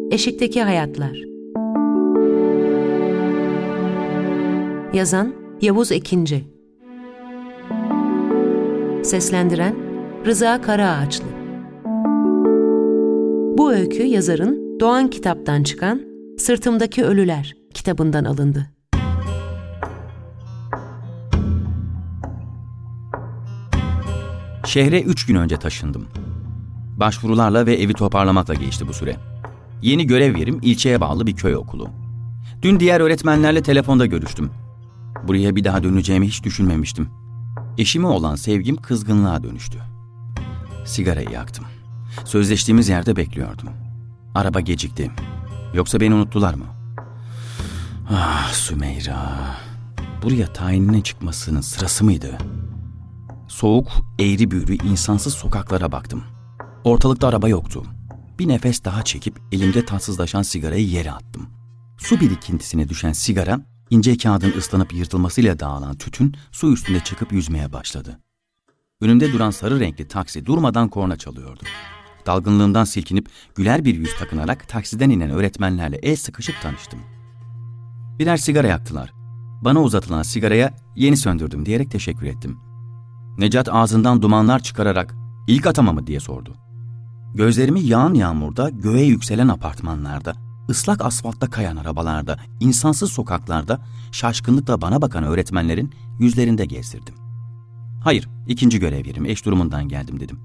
Eşikteki Hayatlar. Yazan Yavuz Ekinci. Seslendiren Rıza Karaağaçlı. Bu öykü yazarın Doğan Kitap'tan çıkan Sırtımdaki Ölüler kitabından alındı. Şehre 3 gün önce taşındım. Başvurularla ve evi toparlamakla geçti bu süre. Yeni görev yerim ilçeye bağlı bir köy okulu. Dün diğer öğretmenlerle telefonda görüştüm. Buraya bir daha döneceğimi hiç düşünmemiştim. Eşime olan sevgim kızgınlığa dönüştü. Sigarayı yaktım. Sözleştiğimiz yerde bekliyordum. Araba gecikti. Yoksa beni unuttular mı? Ah Sümeyra. Buraya tayinine çıkmasının sırası mıydı? Soğuk, eğri büğrü, insansız sokaklara baktım. Ortalıkta araba yoktu. Bir nefes daha çekip elimde tatsızlaşan sigarayı yere attım. Su birikintisine düşen sigara, ince kağıdın ıslanıp yırtılmasıyla dağılan tütün su üstünde çıkıp yüzmeye başladı. Önümde duran sarı renkli taksi durmadan korna çalıyordu. Dalgınlığımdan silkinip güler bir yüz takınarak taksiden inen öğretmenlerle el sıkışıp tanıştım. Birer sigara yaktılar. Bana uzatılan sigaraya yeni söndürdüm diyerek teşekkür ettim. Necat ağzından dumanlar çıkararak ilk atama mı diye sordu. Gözlerimi yağan yağmurda, göğe yükselen apartmanlarda, ıslak asfaltta kayan arabalarda, insansız sokaklarda, şaşkınlıkla bana bakan öğretmenlerin yüzlerinde gezdirdim. Hayır, ikinci görev yerim, eş durumundan geldim dedim.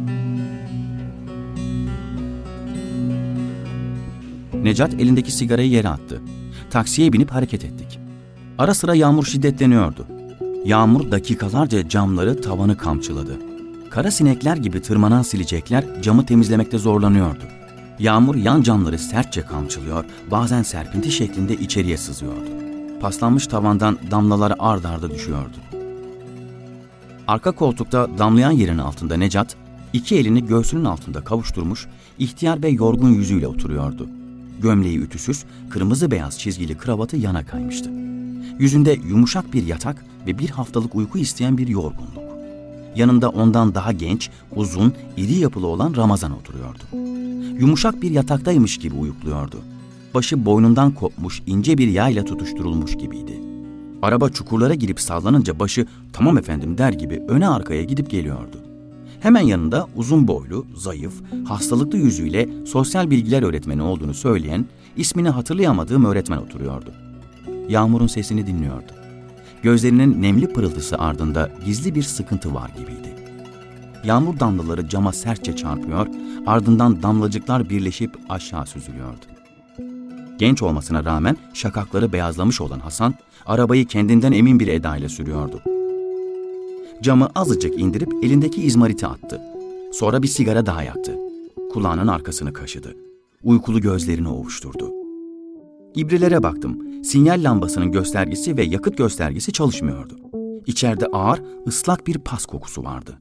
Necat elindeki sigarayı yere attı. Taksiye binip hareket ettik. Ara sıra yağmur şiddetleniyordu. Yağmur dakikalarca camları, tavanı kamçıladı. Kara sinekler gibi tırmanan silecekler camı temizlemekte zorlanıyordu. Yağmur yan camları sertçe kamçılıyor, bazen serpinti şeklinde içeriye sızıyordu. Paslanmış tavandan damlalar ard arda düşüyordu. Arka koltukta damlayan yerin altında Necat, iki elini göğsünün altında kavuşturmuş, ihtiyar ve yorgun yüzüyle oturuyordu. Gömleği ütüsüz, kırmızı beyaz çizgili kravatı yana kaymıştı. Yüzünde yumuşak bir yatak ve bir haftalık uyku isteyen bir yorgunluk. Yanında ondan daha genç, uzun, iri yapılı olan Ramazan oturuyordu. Yumuşak bir yataktaymış gibi uyukluyordu. Başı boynundan kopmuş, ince bir yayla tutuşturulmuş gibiydi. Araba çukurlara girip sallanınca başı "tamam efendim" der gibi öne arkaya gidip geliyordu. Hemen yanında uzun boylu, zayıf, hastalıklı yüzüyle sosyal bilgiler öğretmeni olduğunu söyleyen, ismini hatırlayamadığım öğretmen oturuyordu. Yağmurun sesini dinliyordu. Gözlerinin nemli pırıltısı ardında gizli bir sıkıntı var gibiydi. Yağmur damlaları cama sertçe çarpıyor, ardından damlacıklar birleşip aşağı süzülüyordu. Genç olmasına rağmen şakakları beyazlamış olan Hasan, arabayı kendinden emin bir edayla sürüyordu. Camı azıcık indirip elindeki izmariti attı. Sonra bir sigara daha yaktı. Kulağının arkasını kaşıdı. Uykulu gözlerini ovuşturdu. İbrelere baktım. Sinyal lambasının göstergesi ve yakıt göstergesi çalışmıyordu. İçeride ağır, ıslak bir pas kokusu vardı.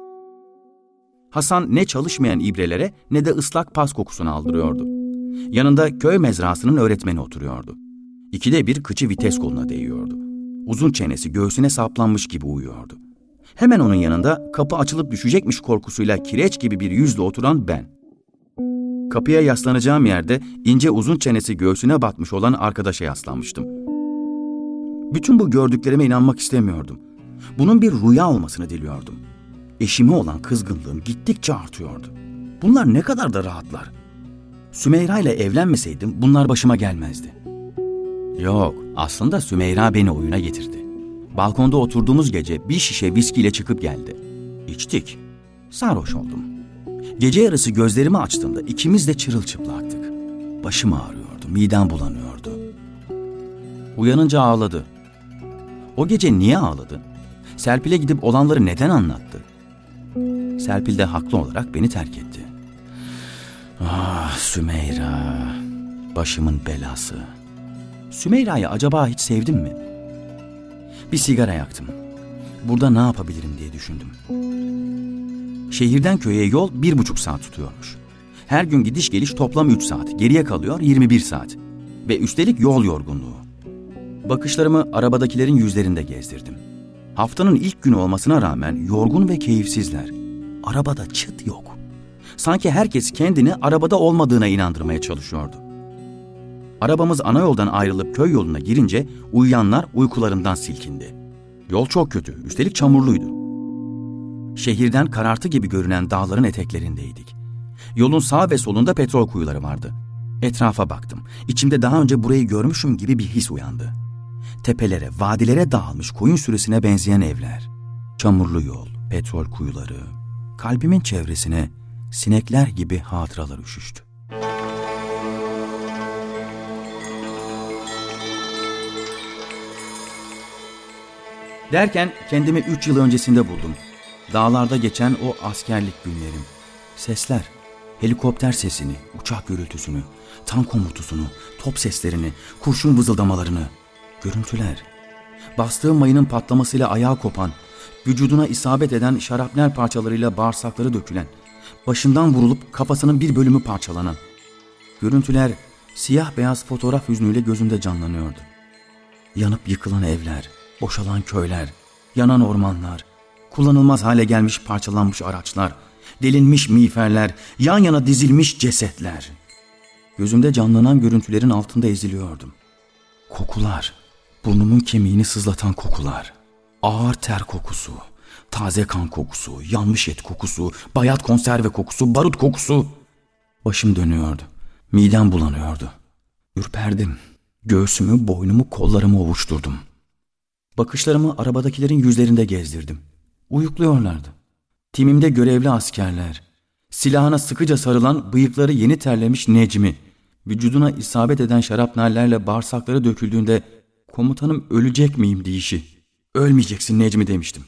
Hasan ne çalışmayan ibrelere ne de ıslak pas kokusunu aldırıyordu. Yanında köy mezrasının öğretmeni oturuyordu. İkide bir kıçı vites koluna değiyordu. Uzun çenesi göğsüne saplanmış gibi uyuyordu. Hemen onun yanında kapı açılıp düşecekmiş korkusuyla kireç gibi bir yüzle oturan ben. Kapıya yaslanacağım yerde ince uzun çenesi göğsüne batmış olan arkadaşa yaslanmıştım. Bütün bu gördüklerime inanmak istemiyordum. Bunun bir rüya olmasını diliyordum. Eşime olan kızgınlığım gittikçe artıyordu. Bunlar ne kadar da rahatlar. Sümeyra ile evlenmeseydim bunlar başıma gelmezdi. Yok, aslında Sümeyra beni oyuna getirdi. Balkonda oturduğumuz gece bir şişe viskiyle çıkıp geldi. İçtik. Sarhoş oldum. Gece yarısı gözlerimi açtığımda ikimiz de çırılçıplaktık. Başım ağrıyordu, midem bulanıyordu. Uyanınca ağladı. O gece niye ağladı? Serpil'e gidip olanları neden anlattı? Serpil de haklı olarak beni terk etti. Ah Sümeyra, başımın belası. Sümeyra'yı acaba hiç sevdim mi? Bir sigara yaktım. Burada ne yapabilirim diye düşündüm. Şehirden köye yol 1,5 saat tutuyormuş. Her gün gidiş geliş toplam 3 saat. Geriye kalıyor 21 saat. Ve üstelik yol yorgunluğu. Bakışlarımı arabadakilerin yüzlerinde gezdirdim. Haftanın ilk günü olmasına rağmen yorgun ve keyifsizler. Arabada çıt yok. Sanki herkes kendini arabada olmadığına inandırmaya çalışıyordu. Arabamız ana yoldan ayrılıp köy yoluna girince uyuyanlar uykularından silkindi. Yol çok kötü, üstelik çamurluydu. Şehirden karartı gibi görünen dağların eteklerindeydik. Yolun sağ ve solunda petrol kuyuları vardı. Etrafa baktım. İçimde daha önce burayı görmüşüm gibi bir his uyandı. Tepelere, vadilere dağılmış koyun sürüsüne benzeyen evler. Çamurlu yol, petrol kuyuları. Kalbimin çevresine sinekler gibi hatıralar üşüştü. Derken kendimi 3 yıl öncesinde buldum. Dağlarda geçen o askerlik günlerim. Sesler, helikopter sesini, uçak gürültüsünü, tank komutusunu, top seslerini, kurşun vızıldamalarını. Görüntüler. Bastığım mayının patlamasıyla ayağı kopan, vücuduna isabet eden şarapnel parçalarıyla bağırsakları dökülen, başından vurulup kafasının bir bölümü parçalanan. Görüntüler siyah beyaz fotoğraf hüznüyle gözümde canlanıyordu. Yanıp yıkılan evler, boşalan köyler, yanan ormanlar, kullanılmaz hale gelmiş parçalanmış araçlar, delinmiş miğferler, yan yana dizilmiş cesetler. Gözümde canlanan görüntülerin altında eziliyordum. Kokular, burnumun kemiğini sızlatan kokular, ağır ter kokusu, taze kan kokusu, yanmış et kokusu, bayat konserve kokusu, barut kokusu. Başım dönüyordu, midem bulanıyordu. Ürperdim, göğsümü, boynumu, kollarımı ovuşturdum. Bakışlarımı arabadakilerin yüzlerinde gezdirdim. Uyukluyorlardı. Timimde görevli askerler, silahına sıkıca sarılan bıyıkları yeni terlemiş Necmi, vücuduna isabet eden şarapnellerle bağırsakları döküldüğünde komutanım ölecek miyim deyişi. Ölmeyeceksin Necmi demiştim.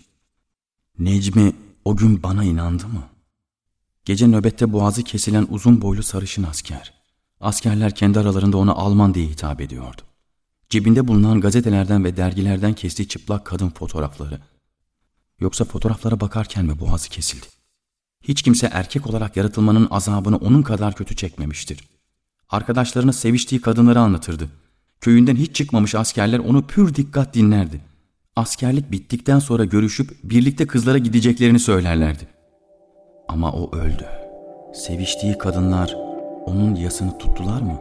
Necmi o gün bana inandı mı? Gece nöbette boğazı kesilen uzun boylu sarışın asker. Askerler kendi aralarında ona Alman diye hitap ediyordu. Cebinde bulunan gazetelerden ve dergilerden kestiği çıplak kadın fotoğrafları. Yoksa fotoğraflara bakarken mi boğazı kesildi? Hiç kimse erkek olarak yaratılmanın azabını onun kadar kötü çekmemiştir. Arkadaşlarına seviştiği kadınları anlatırdı. Köyünden hiç çıkmamış askerler onu pür dikkat dinlerdi. Askerlik bittikten sonra görüşüp birlikte kızlara gideceklerini söylerlerdi. Ama o öldü. Seviştiği kadınlar onun yasını tuttular mı?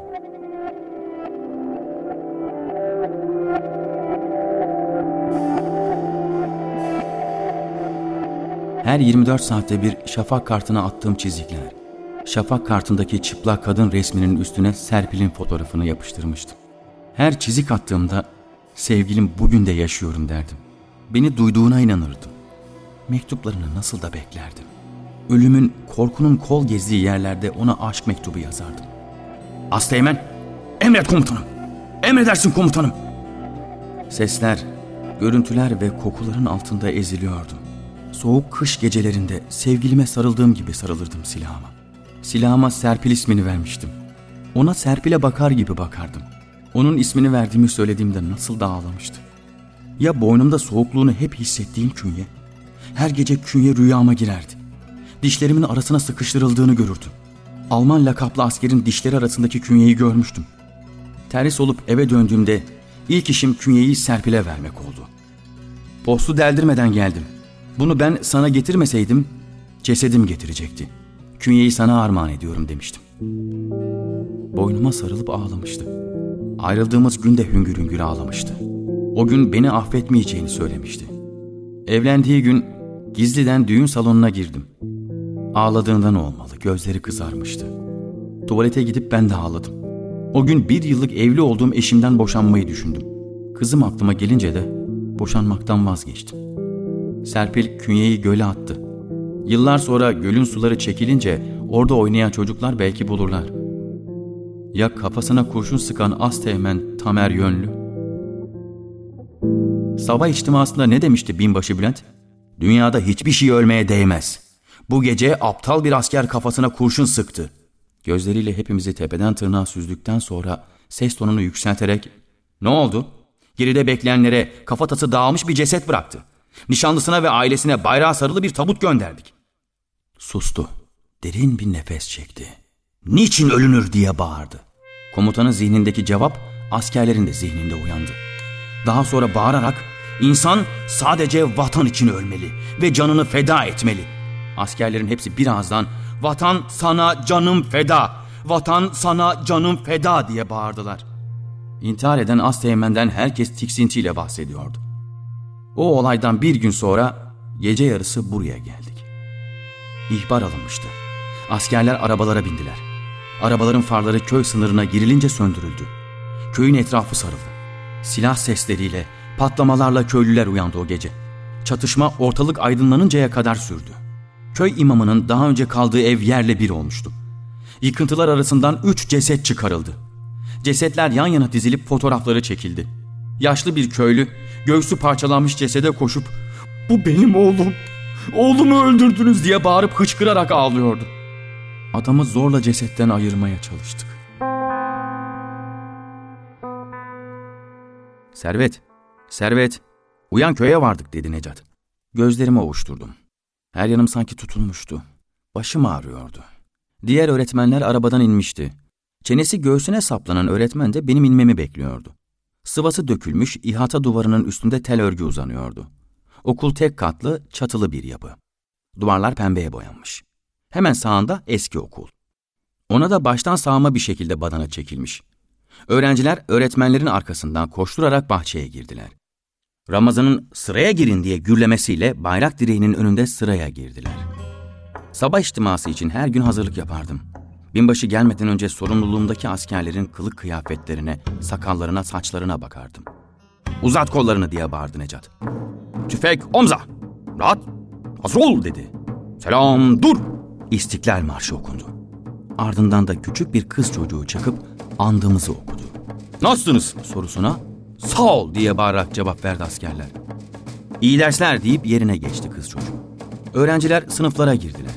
Her 24 saatte bir şafak kartına attığım çizikler. Şafak kartındaki çıplak kadın resminin üstüne Serpil'in fotoğrafını yapıştırmıştım. Her çizik attığımda sevgilim bugün de yaşıyorum derdim. Beni duyduğuna inanırdım. Mektuplarını nasıl da beklerdim. Ölümün, korkunun kol gezdiği yerlerde ona aşk mektubu yazardım. Asteğmen, emret komutanım, emredersin komutanım. Sesler, görüntüler ve kokuların altında eziliyordum. Soğuk kış gecelerinde sevgilime sarıldığım gibi sarılırdım silahıma. Silahıma Serpil ismini vermiştim. Ona Serpil'e bakar gibi bakardım. Onun ismini verdiğimi söylediğimde nasıl da ağlamıştı. Ya boynumda soğukluğunu hep hissettiğim künye? Her gece künye rüyama girerdi. Dişlerimin arasına sıkıştırıldığını görürdüm. Alman lakaplı askerin dişleri arasındaki künyeyi görmüştüm. Terhis olup eve döndüğümde ilk işim künyeyi Serpil'e vermek oldu. Postu deldirmeden geldim. Bunu ben sana getirmeseydim cesedim getirecekti. Künyeyi sana armağan ediyorum demiştim. Boynuma sarılıp ağlamıştı. Ayrıldığımız gün de hüngür hüngür ağlamıştı. O gün beni affetmeyeceğini söylemişti. Evlendiği gün gizliden düğün salonuna girdim. Ağladığından olmalı, gözleri kızarmıştı. Tuvalete gidip ben de ağladım. O gün 1 yıllık evli olduğum eşimden boşanmayı düşündüm. Kızım aklıma gelince de boşanmaktan vazgeçtim. Serpil künyeyi göle attı. Yıllar sonra gölün suları çekilince orada oynayan çocuklar belki bulurlar. Ya kafasına kurşun sıkan Asteğmen Tamer Yönlü? Sabah içtimasında ne demişti binbaşı Bülent? Dünyada hiçbir şey ölmeye değmez. Bu gece aptal bir asker kafasına kurşun sıktı. Gözleriyle hepimizi tepeden tırnağa süzdükten sonra ses tonunu yükselterek ne oldu? Geride bekleyenlere kafatası dağılmış bir ceset bıraktı. Nişanlısına ve ailesine bayrağı sarılı bir tabut gönderdik. Sustu. Derin bir nefes çekti. Niçin ölünür diye bağırdı. Komutanın zihnindeki cevap askerlerin de zihninde uyandı. Daha sonra bağırarak insan sadece vatan için ölmeli ve canını feda etmeli. Askerlerin hepsi birazdan "Vatan sana canım feda, vatan sana canım feda" diye bağırdılar. İntihar eden Asteğmen'den herkes tiksintiyle bahsediyordu. O olaydan bir gün sonra gece yarısı buraya geldik. İhbar alınmıştı. Askerler arabalara bindiler. Arabaların farları köy sınırına girilince söndürüldü. Köyün etrafı sarıldı. Silah sesleriyle, patlamalarla köylüler uyandı o gece. Çatışma ortalık aydınlanıncaya kadar sürdü. Köy imamının daha önce kaldığı ev yerle bir olmuştu. Yıkıntılar arasından 3 ceset çıkarıldı. Cesetler yan yana dizilip fotoğrafları çekildi. Yaşlı bir köylü göğsü parçalanmış cesede koşup "Bu benim oğlum, oğlumu öldürdünüz" diye bağırıp hıçkırarak ağlıyordu. Adamı zorla cesetten ayırmaya çalıştık. Servet, uyan, köye vardık" dedi Necat. Gözlerimi ovuşturdum. Her yanım sanki tutulmuştu. Başım ağrıyordu. Diğer öğretmenler arabadan inmişti. Çenesi göğsüne saplanan öğretmen de benim inmemi bekliyordu. Sıvası dökülmüş ihata duvarının üstünde tel örgü uzanıyordu. Okul tek katlı, çatılı bir yapı. Duvarlar pembeye boyanmış. Hemen sağında eski okul. Ona da baştan sağma bir şekilde badana çekilmiş. Öğrenciler öğretmenlerin arkasından koşturarak bahçeye girdiler. Ramazan'ın "Sıraya girin" diye gürlemesiyle bayrak direğinin önünde sıraya girdiler. Sabah içtiması için her gün hazırlık yapardım. Binbaşı gelmeden önce sorumluluğumdaki askerlerin kılık kıyafetlerine, sakallarına, saçlarına bakardım. "Uzat kollarını" diye bağırdı Necat. "Tüfek omza! Rahat! Hazır ol!" dedi. "Selam, dur!" İstiklal Marşı okundu. Ardından da küçük bir kız çocuğu çıkıp andımızı okudu. "Nasılsınız?" sorusuna "Sağ ol" diye bağırarak cevap verdi askerler. "İyi dersler" deyip yerine geçti kız çocuğu. Öğrenciler sınıflara girdiler.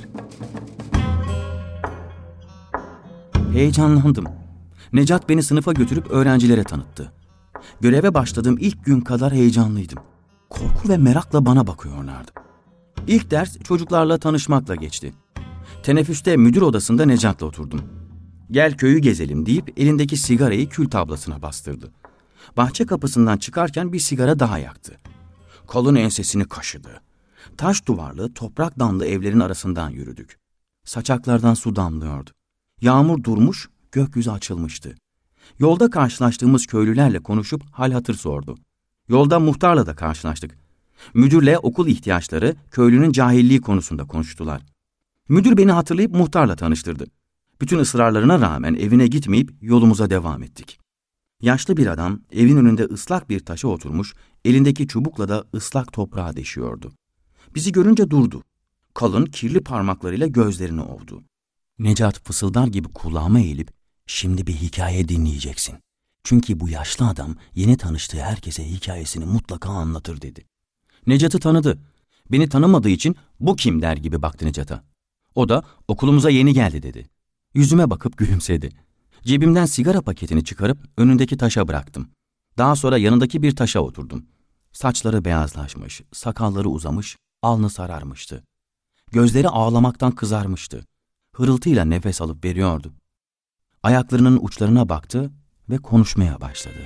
Heyecanlandım. Necat beni sınıfa götürüp öğrencilere tanıttı. Göreve başladığım ilk gün kadar heyecanlıydım. Korku ve merakla bana bakıyorlardı. İlk ders çocuklarla tanışmakla geçti. Teneffüste müdür odasında Necat'la oturdum. "Gel köyü gezelim" deyip elindeki sigarayı kül tablasına bastırdı. Bahçe kapısından çıkarken bir sigara daha yaktı. Kalın ensesini kaşıdı. Taş duvarlı, toprak damlı evlerin arasından yürüdük. Saçaklardan su damlıyordu. Yağmur durmuş, gökyüzü açılmıştı. Yolda karşılaştığımız köylülerle konuşup hal hatır sordu. Yolda muhtarla da karşılaştık. Müdürle okul ihtiyaçları, köylünün cahilliği konusunda konuştular. Müdür beni hatırlayıp muhtarla tanıştırdı. Bütün ısrarlarına rağmen evine gitmeyip yolumuza devam ettik. Yaşlı bir adam evin önünde ıslak bir taşa oturmuş, elindeki çubukla da ıslak toprağa deşiyordu. Bizi görünce durdu. Kalın, kirli parmaklarıyla gözlerini ovdu. Necat fısıldar gibi kulağıma eğilip "Şimdi bir hikaye dinleyeceksin. Çünkü bu yaşlı adam yeni tanıştığı herkese hikayesini mutlaka anlatır" dedi. Necat'ı tanıdı. Beni tanımadığı için "Bu kim?" der gibi baktı Necat'a. O da "Okulumuza yeni geldi" dedi. Yüzüme bakıp gülümsedi. Cebimden sigara paketini çıkarıp önündeki taşa bıraktım. Daha sonra yanındaki bir taşa oturdum. Saçları beyazlaşmış, sakalları uzamış, alnı sararmıştı. Gözleri ağlamaktan kızarmıştı. Hırıltıyla nefes alıp veriyordu. Ayaklarının uçlarına baktı ve konuşmaya başladı.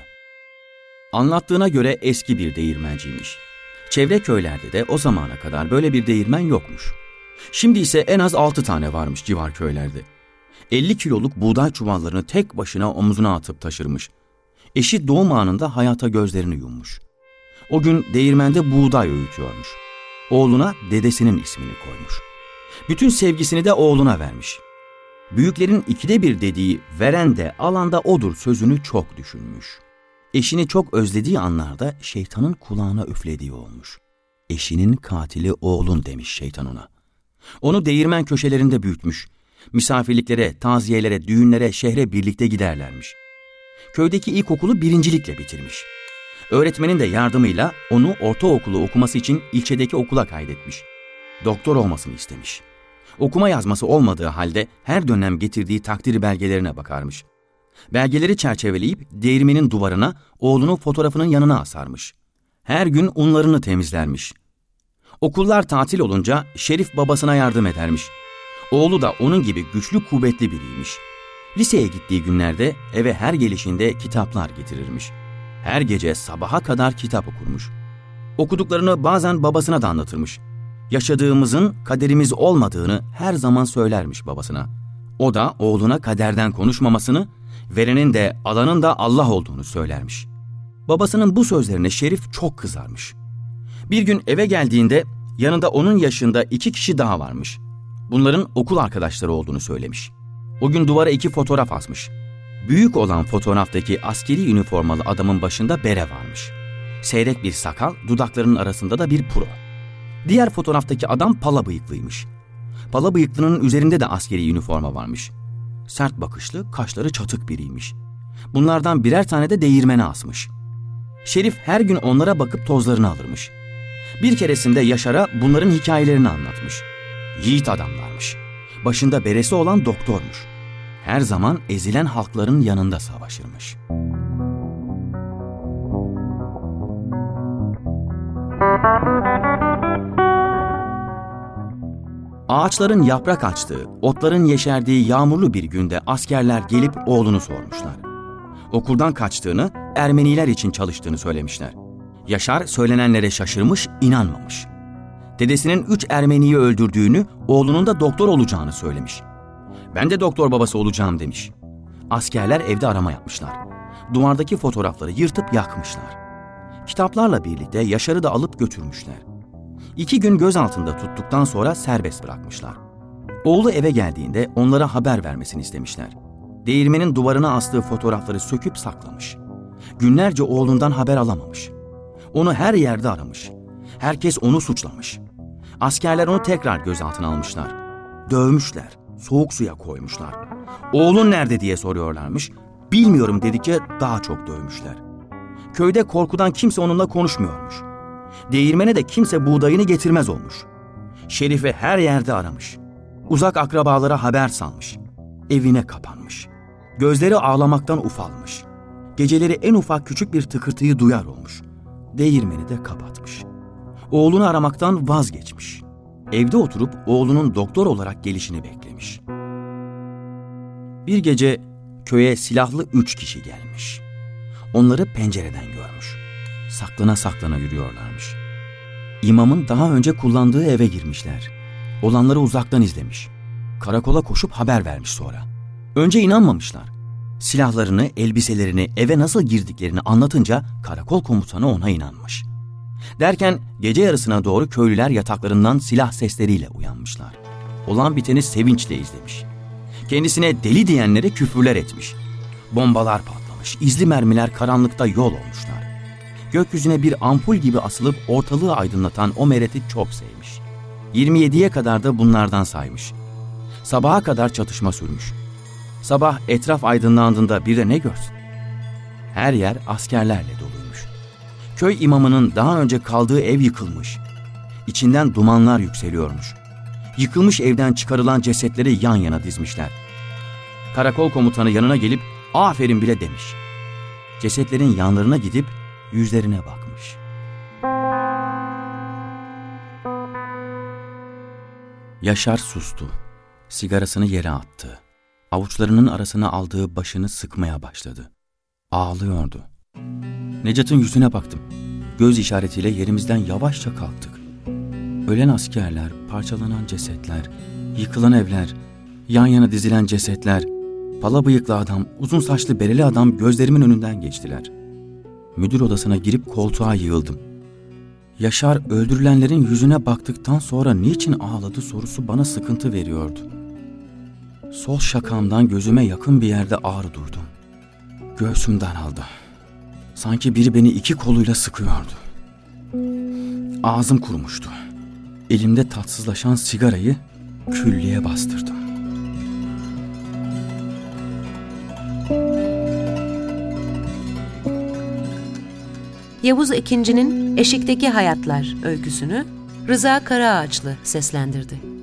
Anlattığına göre eski bir değirmenciymiş. Çevre köylerde de o zamana kadar böyle bir değirmen yokmuş. Şimdi ise en az 6 tane varmış civar köylerde. 50 kiloluk buğday çuvallarını tek başına omzuna atıp taşırmış. Eşi doğum anında hayata gözlerini yummuş. O gün değirmende buğday öğütüyormuş. Oğluna dedesinin ismini koymuş. Bütün sevgisini de oğluna vermiş. Büyüklerin 2'de 1 dediği "veren de alan da odur" sözünü çok düşünmüş. Eşini çok özlediği anlarda şeytanın kulağına üflediği olmuş. "Eşinin katili oğlun" demiş şeytan ona. Onu değirmen köşelerinde büyütmüş. Misafirliklere, taziyelere, düğünlere, şehre birlikte giderlermiş. Köydeki ilkokulu birincilikle bitirmiş. Öğretmenin de yardımıyla onu ortaokulu okuması için ilçedeki okula kaydetmiş. Doktor olmasını istemiş. Okuma yazması olmadığı halde her dönem getirdiği takdir belgelerine bakarmış. Belgeleri çerçeveleyip değirmenin duvarına oğlunun fotoğrafının yanına asarmış. Her gün unlarını temizlermiş. Okullar tatil olunca Şerif babasına yardım edermiş. Oğlu da onun gibi güçlü kuvvetli biriymiş. Liseye gittiği günlerde eve her gelişinde kitaplar getirirmiş. Her gece sabaha kadar kitap okurmuş. Okuduklarını bazen babasına da anlatırmış. Yaşadığımızın kaderimiz olmadığını her zaman söylermiş babasına. O da oğluna kaderden konuşmamasını, verenin de alanın da Allah olduğunu söylermiş. Babasının bu sözlerine Şerif çok kızarmış. Bir gün eve geldiğinde yanında onun yaşında 2 kişi daha varmış. Bunların okul arkadaşları olduğunu söylemiş. O gün duvara 2 fotoğraf asmış. Büyük olan fotoğraftaki askeri üniformalı adamın başında bere varmış. Seyrek bir sakal, dudaklarının arasında da bir puro. Diğer fotoğraftaki adam pala bıyıklıymış. Pala bıyıklının üzerinde de askeri üniforma varmış. Sert bakışlı, kaşları çatık biriymiş. Bunlardan birer tane de değirmene asmış. Şerif her gün onlara bakıp tozlarını alırmış. Bir keresinde Yaşar'a bunların hikayelerini anlatmış. Yiğit adamlarmış. Başında beresi olan doktormuş. Her zaman ezilen halkların yanında savaşırmış. Ağaçların yaprak açtığı, otların yeşerdiği yağmurlu bir günde askerler gelip oğlunu sormuşlar. Okuldan kaçtığını, Ermeniler için çalıştığını söylemişler. Yaşar söylenenlere şaşırmış, inanmamış. Dedesinin 3 Ermeniyi öldürdüğünü, oğlunun da doktor olacağını söylemiş. Ben de doktor babası olacağım demiş. Askerler evde arama yapmışlar. Duvardaki fotoğrafları yırtıp yakmışlar. Kitaplarla birlikte Yaşar'ı da alıp götürmüşler. 2 gün gözaltında tuttuktan sonra serbest bırakmışlar. Oğlu eve geldiğinde onlara haber vermesini istemişler. Değirmenin duvarına astığı fotoğrafları söküp saklamış. Günlerce oğlundan haber alamamış. Onu her yerde aramış. Herkes onu suçlamış. Askerler onu tekrar gözaltına almışlar. Dövmüşler, soğuk suya koymuşlar. Oğlun nerede diye soruyorlarmış. Bilmiyorum dedikçe daha çok dövmüşler. Köyde korkudan kimse onunla konuşmuyormuş. Değirmene de kimse buğdayını getirmez olmuş. Şerif'i her yerde aramış. Uzak akrabalara haber salmış. Evine kapanmış. Gözleri ağlamaktan ufalmış. Geceleri en ufak küçük bir tıkırtıyı duyar olmuş. Değirmeni de kapatmış. Oğlunu aramaktan vazgeçmiş. Evde oturup oğlunun doktor olarak gelişini beklemiş. Bir gece köye silahlı 3 kişi gelmiş. Onları pencereden görmüş. Saklana saklana yürüyorlarmış. İmamın daha önce kullandığı eve girmişler. Olanları uzaktan izlemiş. Karakola koşup haber vermiş sonra. Önce inanmamışlar. Silahlarını, elbiselerini, eve nasıl girdiklerini anlatınca karakol komutanı ona inanmış. Derken gece yarısına doğru köylüler yataklarından silah sesleriyle uyanmışlar. Olan biteni sevinçle izlemiş. Kendisine deli diyenlere küfürler etmiş. Bombalar patlamış, izli mermiler karanlıkta yol olmuşlar. Gökyüzüne bir ampul gibi asılıp ortalığı aydınlatan o mereti çok sevmiş. 27'ye kadar da bunlardan saymış. Sabaha kadar çatışma sürmüş. Sabah etraf aydınlandığında bir de ne görsün? Her yer askerlerle doluymuş. Köy imamının daha önce kaldığı ev yıkılmış. İçinden dumanlar yükseliyormuş. Yıkılmış evden çıkarılan cesetleri yan yana dizmişler. Karakol komutanı yanına gelip aferin bile demiş. Cesetlerin yanlarına gidip yüzlerine bakmış. Yaşar sustu. Sigarasını yere attı. Avuçlarının arasına aldığı başını sıkmaya başladı. Ağlıyordu. Necat'ın yüzüne baktım. Göz işaretiyle yerimizden yavaşça kalktık. Ölen askerler, parçalanan cesetler, yıkılan evler, yan yana dizilen cesetler, pala bıyıklı adam, uzun saçlı bereli adam gözlerimin önünden geçtiler. Müdür odasına girip koltuğa yığıldım. Yaşar öldürülenlerin yüzüne baktıktan sonra niçin ağladı sorusu bana sıkıntı veriyordu. Sol şakamdan gözüme yakın bir yerde ağrı durdum. Göğsüm daraldı. Sanki biri beni 2 koluyla sıkıyordu. Ağzım kurumuştu. Elimde tatsızlaşan sigarayı küllüğe bastırdım. Yavuz Ekinci'nin Eşikteki Hayatlar öyküsünü Rıza Karaağaçlı seslendirdi.